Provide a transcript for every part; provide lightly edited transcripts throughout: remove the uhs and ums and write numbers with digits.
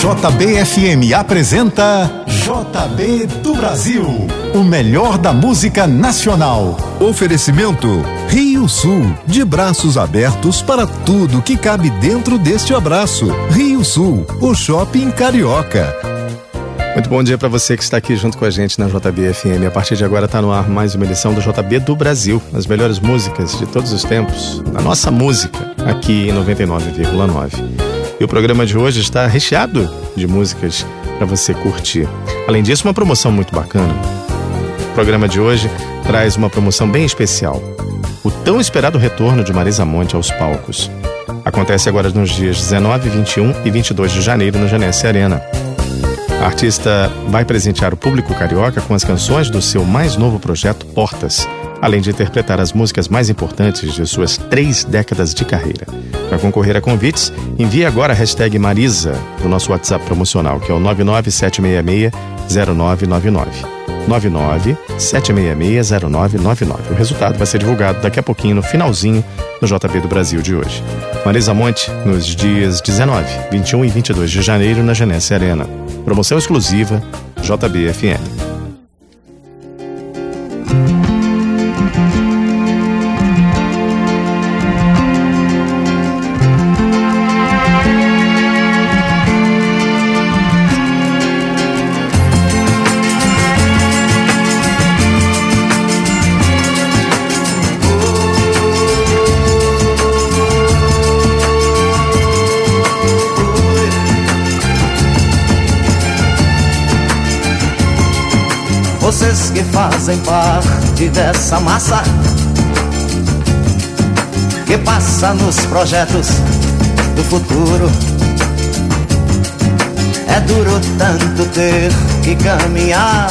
JBFM apresenta JB do Brasil, o melhor da música nacional. Oferecimento Rio Sul, de braços abertos para tudo que cabe dentro deste abraço. Rio Sul, o shopping carioca. Muito bom dia para você que está aqui junto com a gente na JBFM. A partir de agora está no ar mais uma edição do JB do Brasil. As melhores músicas de todos os tempos, na nossa música, aqui em 99,9. E o programa de hoje está recheado de músicas para você curtir. Além disso, uma promoção muito bacana. O programa de hoje traz uma promoção bem especial. O tão esperado retorno de Marisa Monte aos palcos. Acontece agora nos dias 19, 21 e 22 de janeiro no Janesse Arena. A artista vai presentear o público carioca com as canções do seu mais novo projeto, Portas, além de interpretar as músicas mais importantes de suas 3 décadas de carreira. Para concorrer a convites, envie agora a hashtag Marisa para o nosso WhatsApp promocional, que é o 997660999. 997660999. O resultado vai ser divulgado daqui a pouquinho, no finalzinho, no JB do Brasil de hoje. Marisa Monte, nos dias 19, 21 e 22 de janeiro, na Janesse Arena. Promoção exclusiva, JBFM. Vocês que fazem parte dessa massa que passa nos projetos do futuro. É duro tanto ter que caminhar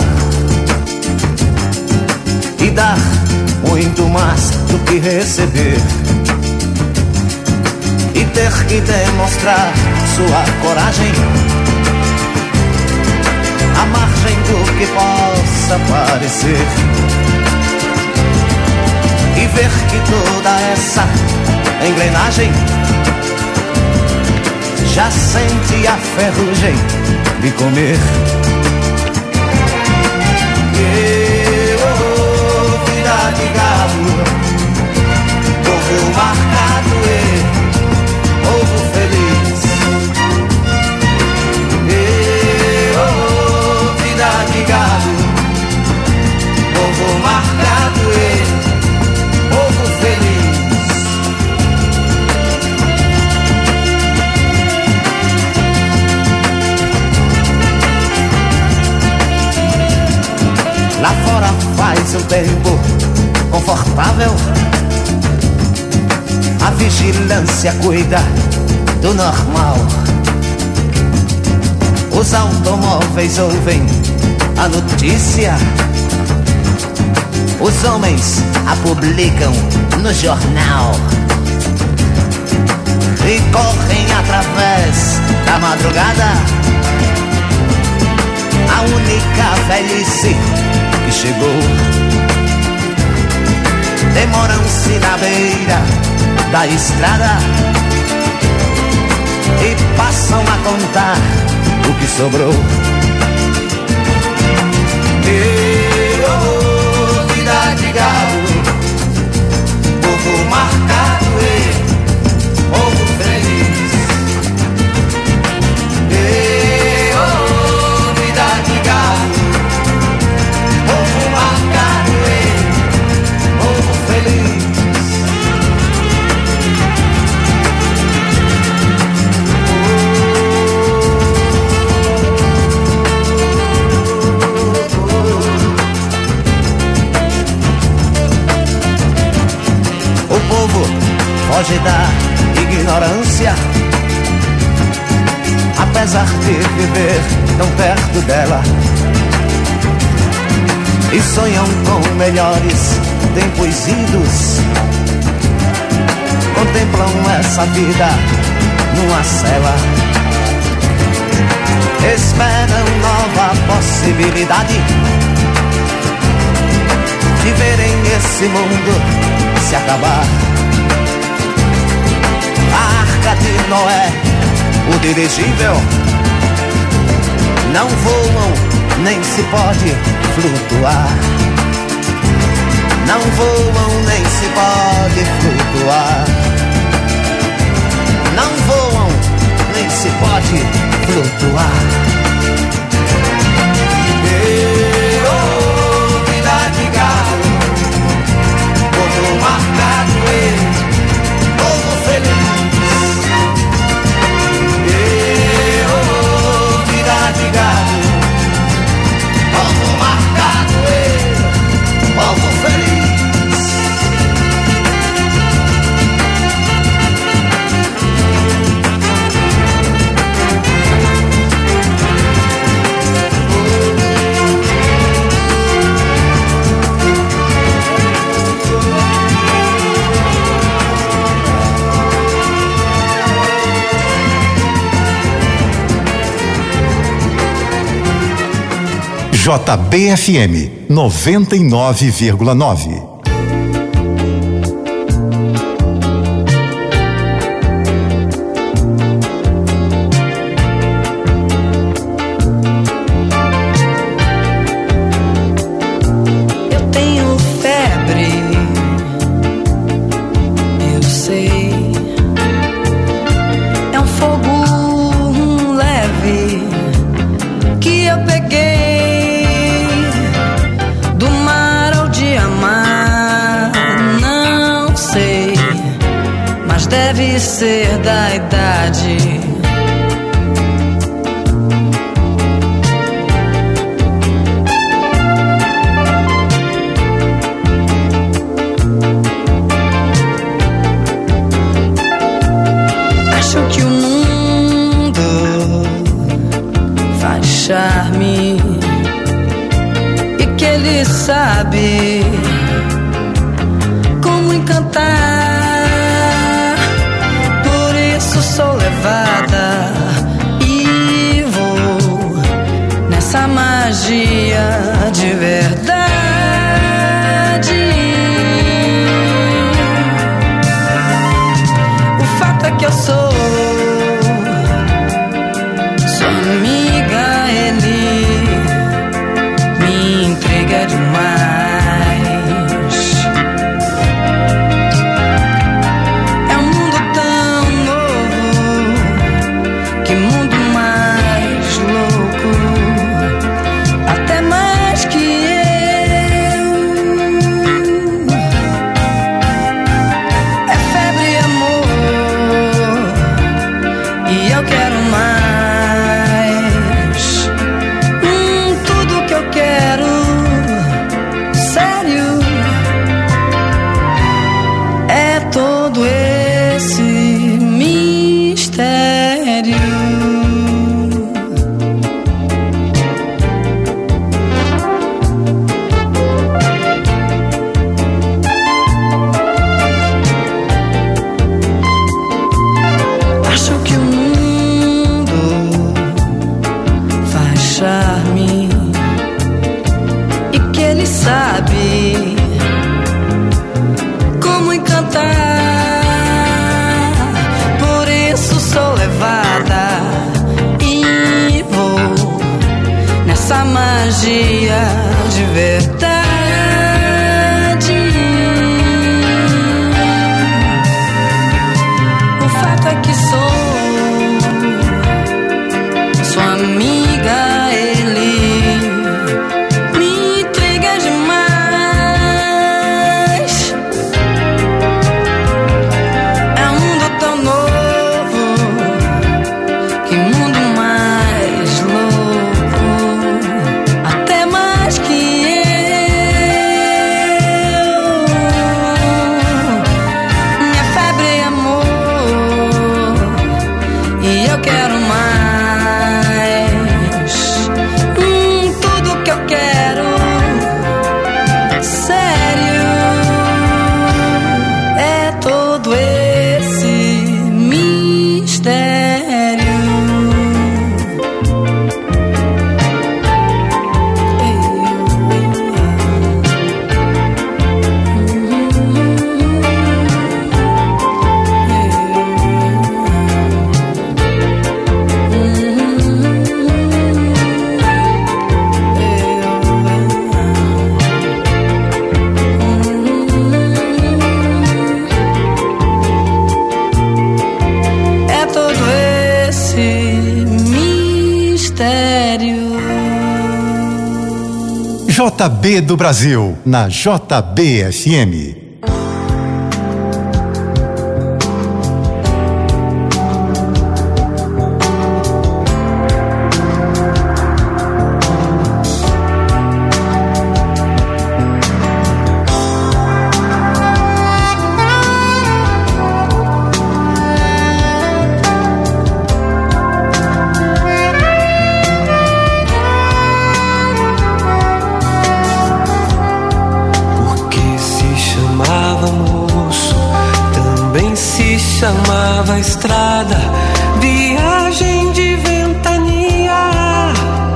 e dar muito mais do que receber, e ter que demonstrar sua coragem à margem do que possa parecer, e ver que toda essa engrenagem já sente a ferrugem de comer. Vida de gado, povo marcado e povo feliz. De gado, povo marcado e povo feliz. Lá fora faz um tempo confortável, a vigilância cuida do normal. Os automóveis ouvem a notícia, os homens a publicam no jornal e correm através da madrugada. A única velhice que chegou, demoram-se na beira da estrada e passam a contar o que sobrou. Vida de gado, povo marcado e povo feliz. Vida de gado, povo marcado e povo feliz. Foge da ignorância, apesar de viver tão perto dela, e sonham com melhores tempos idos. Contemplam essa vida numa cela, esperam nova possibilidade de verem esse mundo se acabar. A Arca de Noé, o dirigível, não voam, nem se pode flutuar. Não voam, nem se pode flutuar. Não voam, nem se pode flutuar. Vida de galo, povo marcado e povo feliz. Vida de galo, povo marcado e povo feliz. JBFM 99,9. Deve ser da idade. Acho que o mundo faz charme e que ele sabe como encantar. Sou levada e vou nessa magia de verdade. O fato é que eu sou sua amiga, ele me intriga demais. Magia de verdade. O fato é que sou sua amiga, ele me intriga demais. É um mundo tão novo, que mundo mais louco. Que eu JB do Brasil, na JBFM. Chamava estrada, viagem de ventania.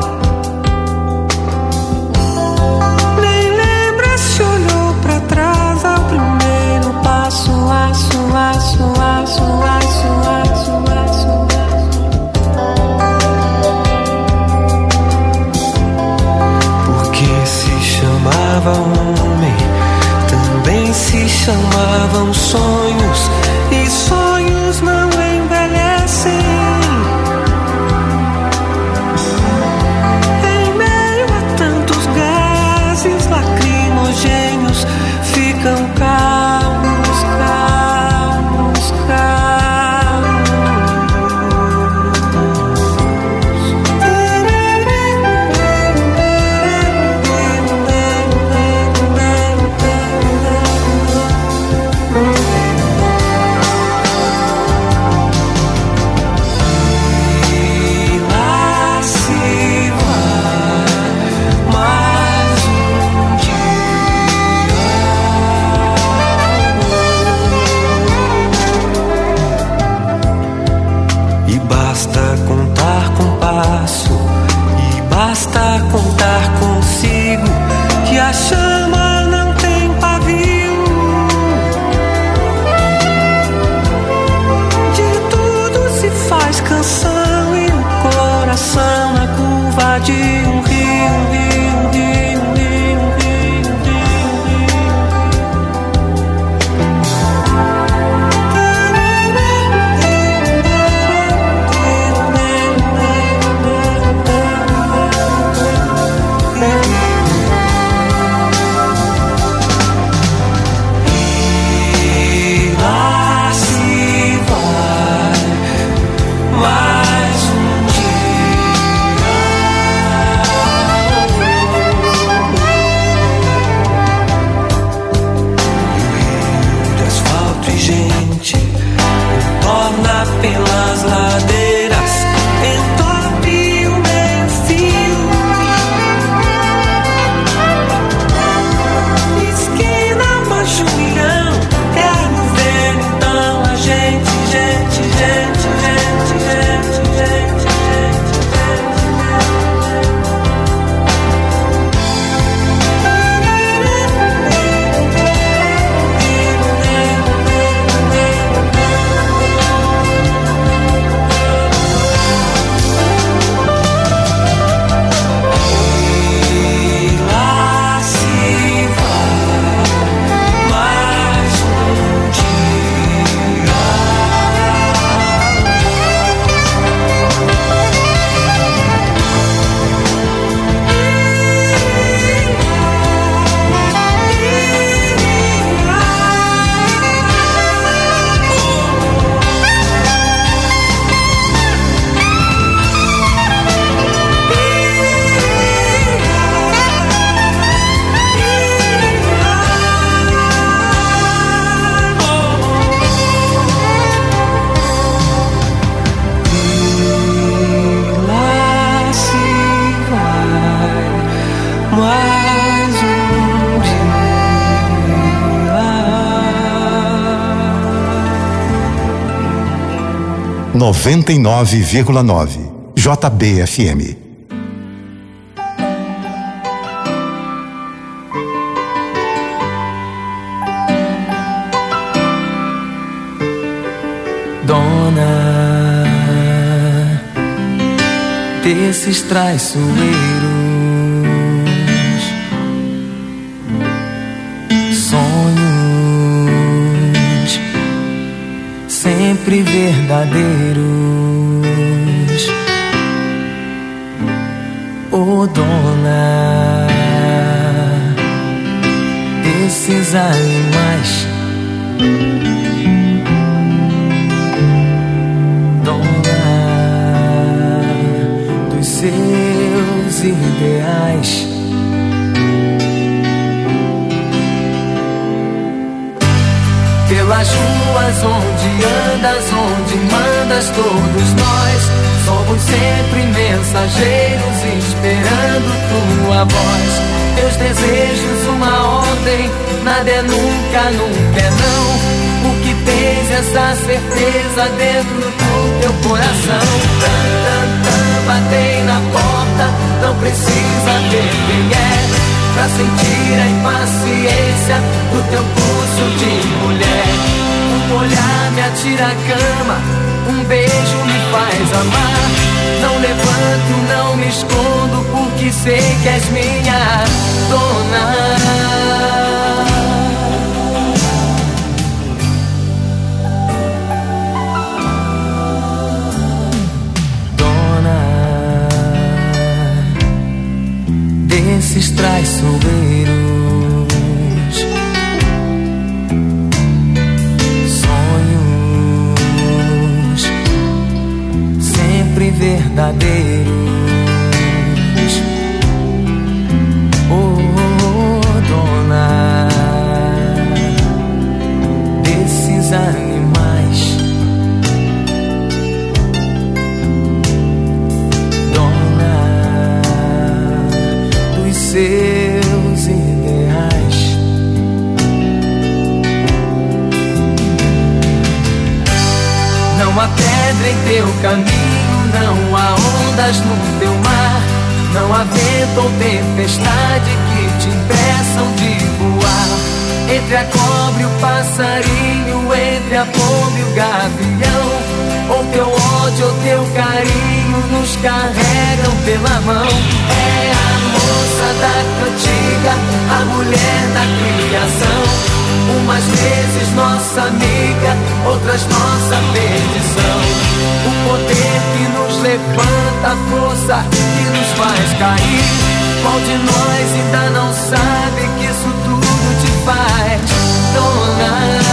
Nem lembra se olhou pra trás ao primeiro passo, aço, aço, aço, aço, aço, aço. Porque se chamava homem, também se chamavam sonhos. E sonhos não envelhecem. Em meio a tantos gases lacrimogêneos, ficam calmos, calmos, calmos. Basta contar consigo que a chama não tem pavio. De tudo se faz canção e o coração na curva de um rio, rio, rio, rio, rio, rio, pelas ladeiras, entope o meio fio. Esquina, mancha um milhão, quero ver então a gente, gente, gente, gente, gente, gente, mais um dia. 99,9 JBFM. Dona desses traiçoeiros, sonhos sempre verdadeiros. Oh, dona, desses animais. Dona dos seus ideais. Pelas ruas onde andas, onde mandas, todos nós somos sempre mensageiros esperando tua voz. Teus desejos, uma ordem, nada é nunca, nunca é não. Porque tens essa certeza dentro do teu coração. Tan, tan, tan, batei na porta, não precisa ver quem é pra sentir a impaciência do teu pulso de mulher. Um olhar me atira à cama, um beijo me faz amar. Não levanto, não me escondo, porque sei que és minha dona. Dona desses traiçoeiros, sonhos sempre verdadeiros. Oh, dona desses animais. Dona dos seus ideais. Não há pedra em teu caminho, não há ondas no teu mar, não há vento ou tempestade que te impeçam de voar. Entre a cobra e o passarinho, entre a pomba e o gavião, ou teu ódio ou teu carinho nos carregam pela mão. É a moça da cantiga, a mulher da criação. Umas vezes nossa amiga, outras nossa perdição. O poder que nos levanta, a força que nos faz cair. Qual de nós ainda não sabe que isso tudo te faz dona?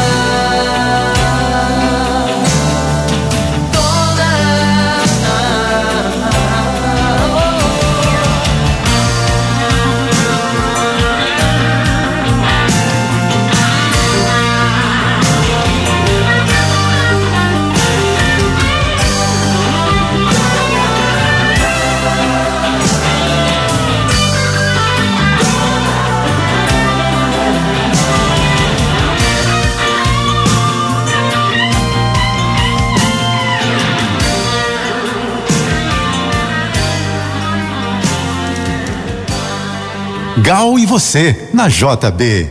Gal e você, na JB.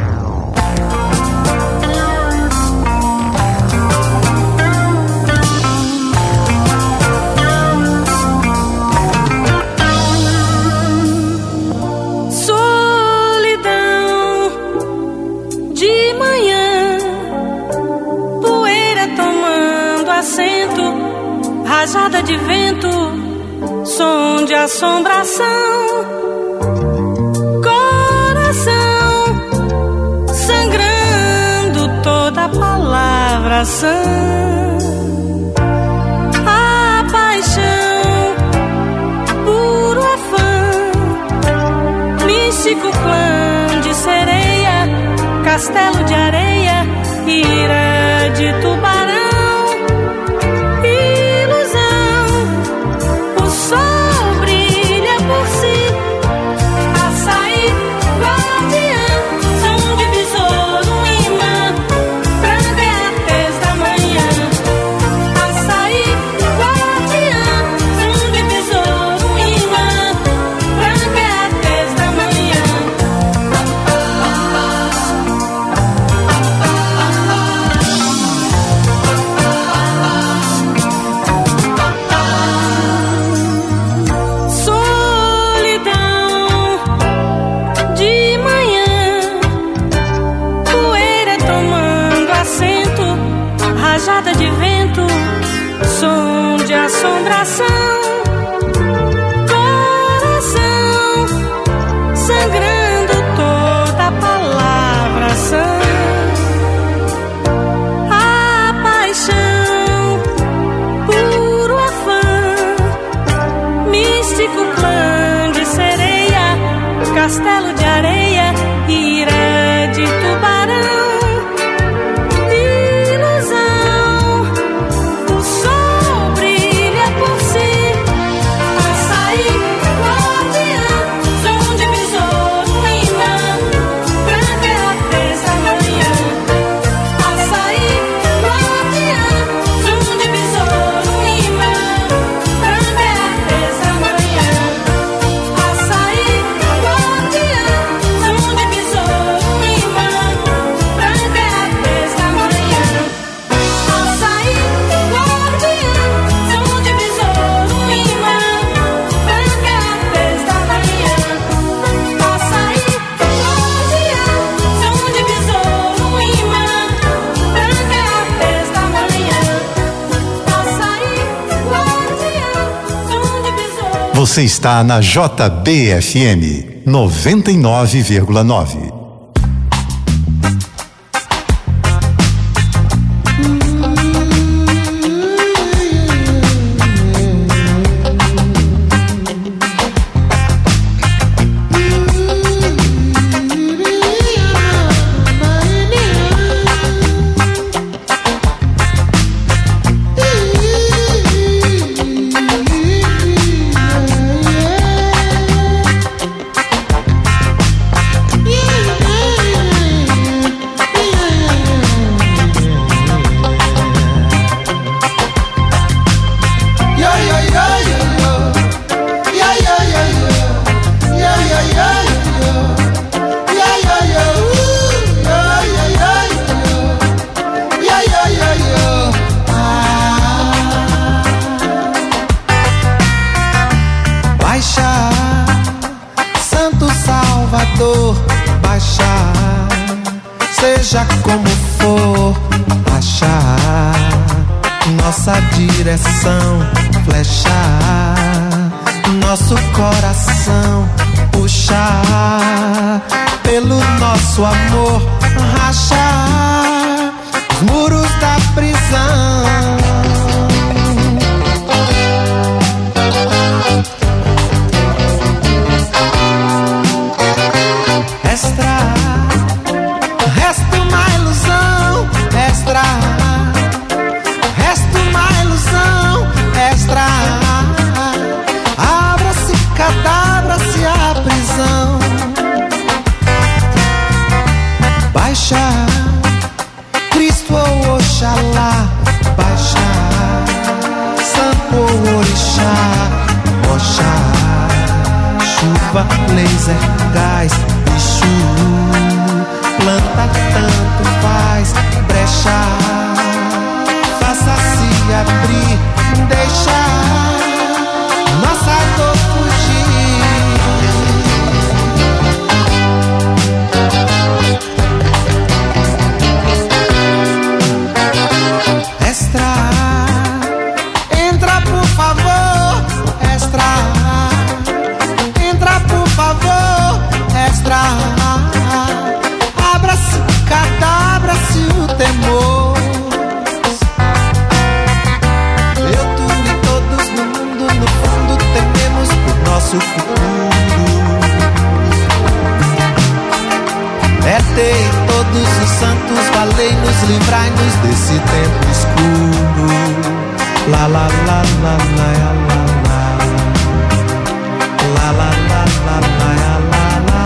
Solidão de manhã, poeira tomando assento, rajada de vento, som de assombração. Sangrando toda palavração, a paixão, puro afã, místico clã de sereia, castelo de areia, ira de tubarão, ilusão. O sol brilha por si, açaí, guardiã. De vento, som de assombração, coração sangrando toda palavra. Você está na JBFM 99,9. Seja como for, achar nossa direção, flechar nosso coração, puxar pelo nosso amor, rachar os muros da prisão. Cristo ou Oxalá, baixar Santo ou Orixá, mochar chuva, laser, gás, bicho, planta tanto faz, brechar, faça-se abrir, deixar nossa dor fugir. Entra por favor, extra. Abra-se, cadabra-se o temor. Eu, tu e todos no mundo, no fundo tememos por nosso futuro. É ter todos os santos, valei-nos, livrai-nos desse tempo escuro. La la la la la la la la la la la la la.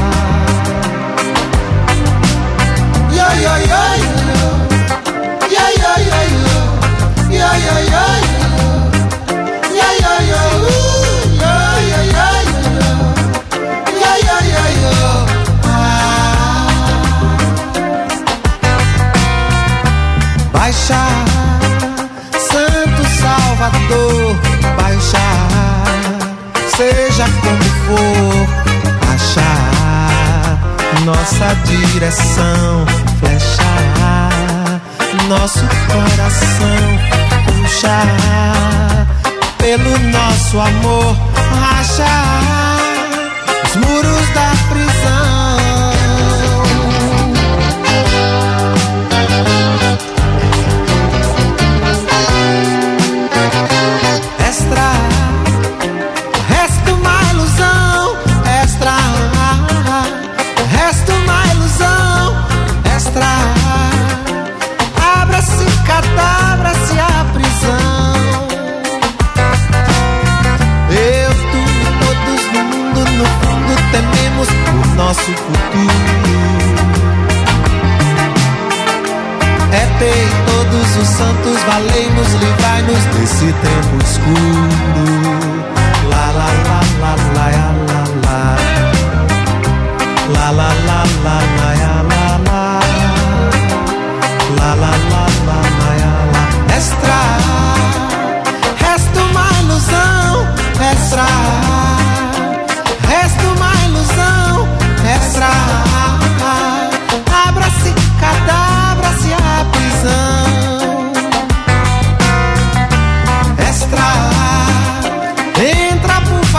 Yo yo yo yo yo yo yo yo yo yo yo yo. Baixar Santo Salvador, baixar, seja como for, achar nossa direção, flechar nosso coração, puxar pelo nosso amor, rachar os muros da prisão. Resta uma ilusão, extra. Resta uma ilusão, extra. Abra-se, cadabra-se a prisão. Eu, tu e todos no mundo, no fundo tememos por nosso futuro. É ter todos os santos, valei-nos, livrai-nos desse tempo escuro. La la la la la la la la la la la la la la la la la. Extra, resta uma ilusão, extra. Resta uma ilusão, extra. Abra-se, cadabra-se a prisão. Extra, entra por favor.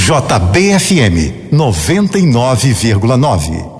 JBFM 99,9.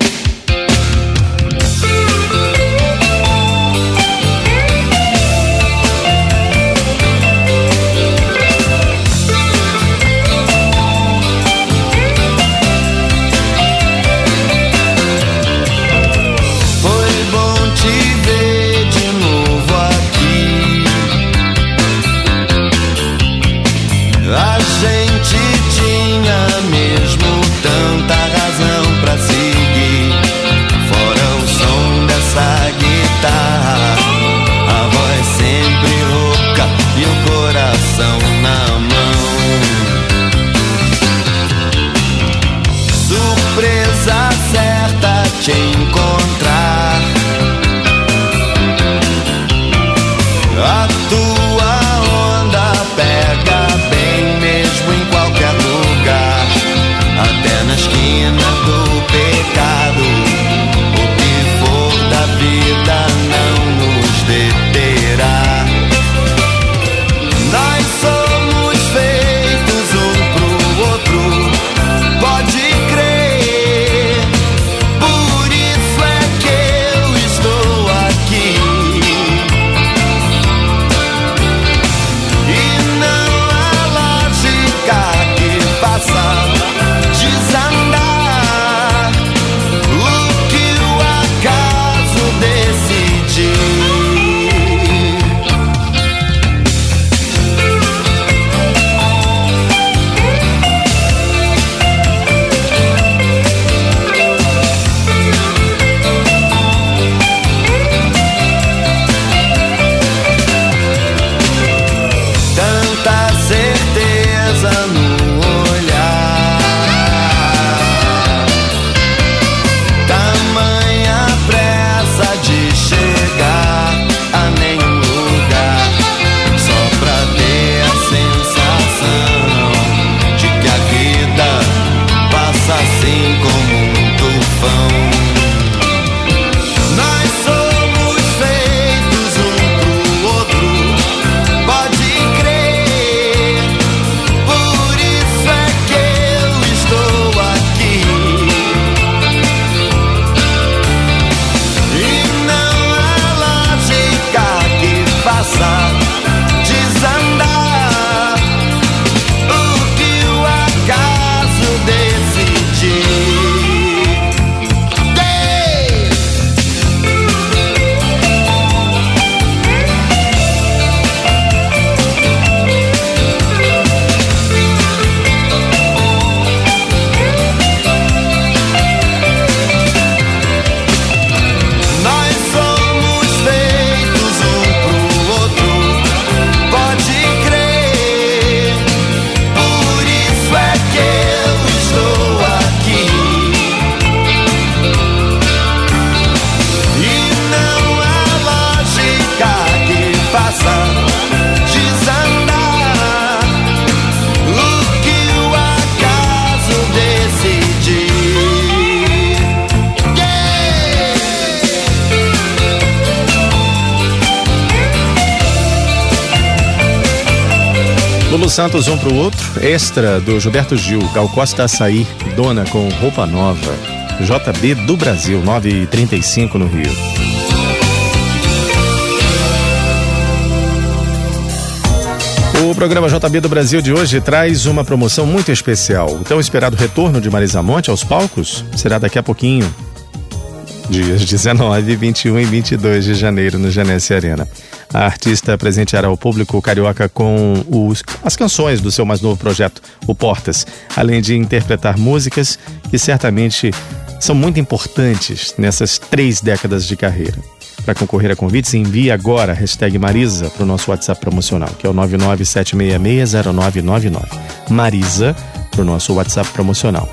Te encontrar, a tua onda pega bem mesmo em qualquer lugar, até na esquina do pecado. O que for da vida não nos deterá. Nós somos feitos um pro outro, pode crer. Lulu Santos, um pro outro. Extra do Gilberto Gil, Gal Costa Açaí, Dona com Roupa Nova. JB do Brasil, 9h35 no Rio. O programa JB do Brasil de hoje traz uma promoção muito especial. O tão esperado retorno de Marisa Monte aos palcos será daqui a pouquinho, dias 19, 21 e 22 de janeiro no Genesse Arena. A artista presenteará o público carioca com as canções do seu mais novo projeto, o Portas, além de interpretar músicas que certamente são muito importantes nessas 3 décadas de carreira. Para concorrer a convites, envie agora a hashtag Marisa para o nosso WhatsApp promocional, que é o 997660999. Marisa para o nosso WhatsApp promocional,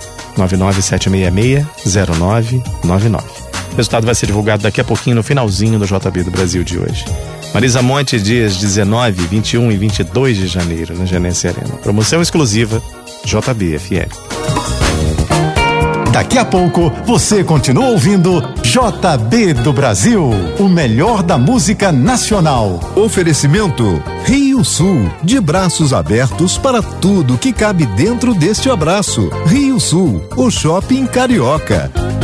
997660999. O resultado vai ser divulgado daqui a pouquinho no finalzinho do JB do Brasil de hoje. Marisa Monte, dias 19, 21 e 22 de janeiro, na Genesse Arena. Promoção exclusiva JBFM. Daqui a pouco você continua ouvindo JB do Brasil, o melhor da música nacional. Oferecimento Rio Sul, de braços abertos para tudo que cabe dentro deste abraço. Rio Sul, o shopping carioca.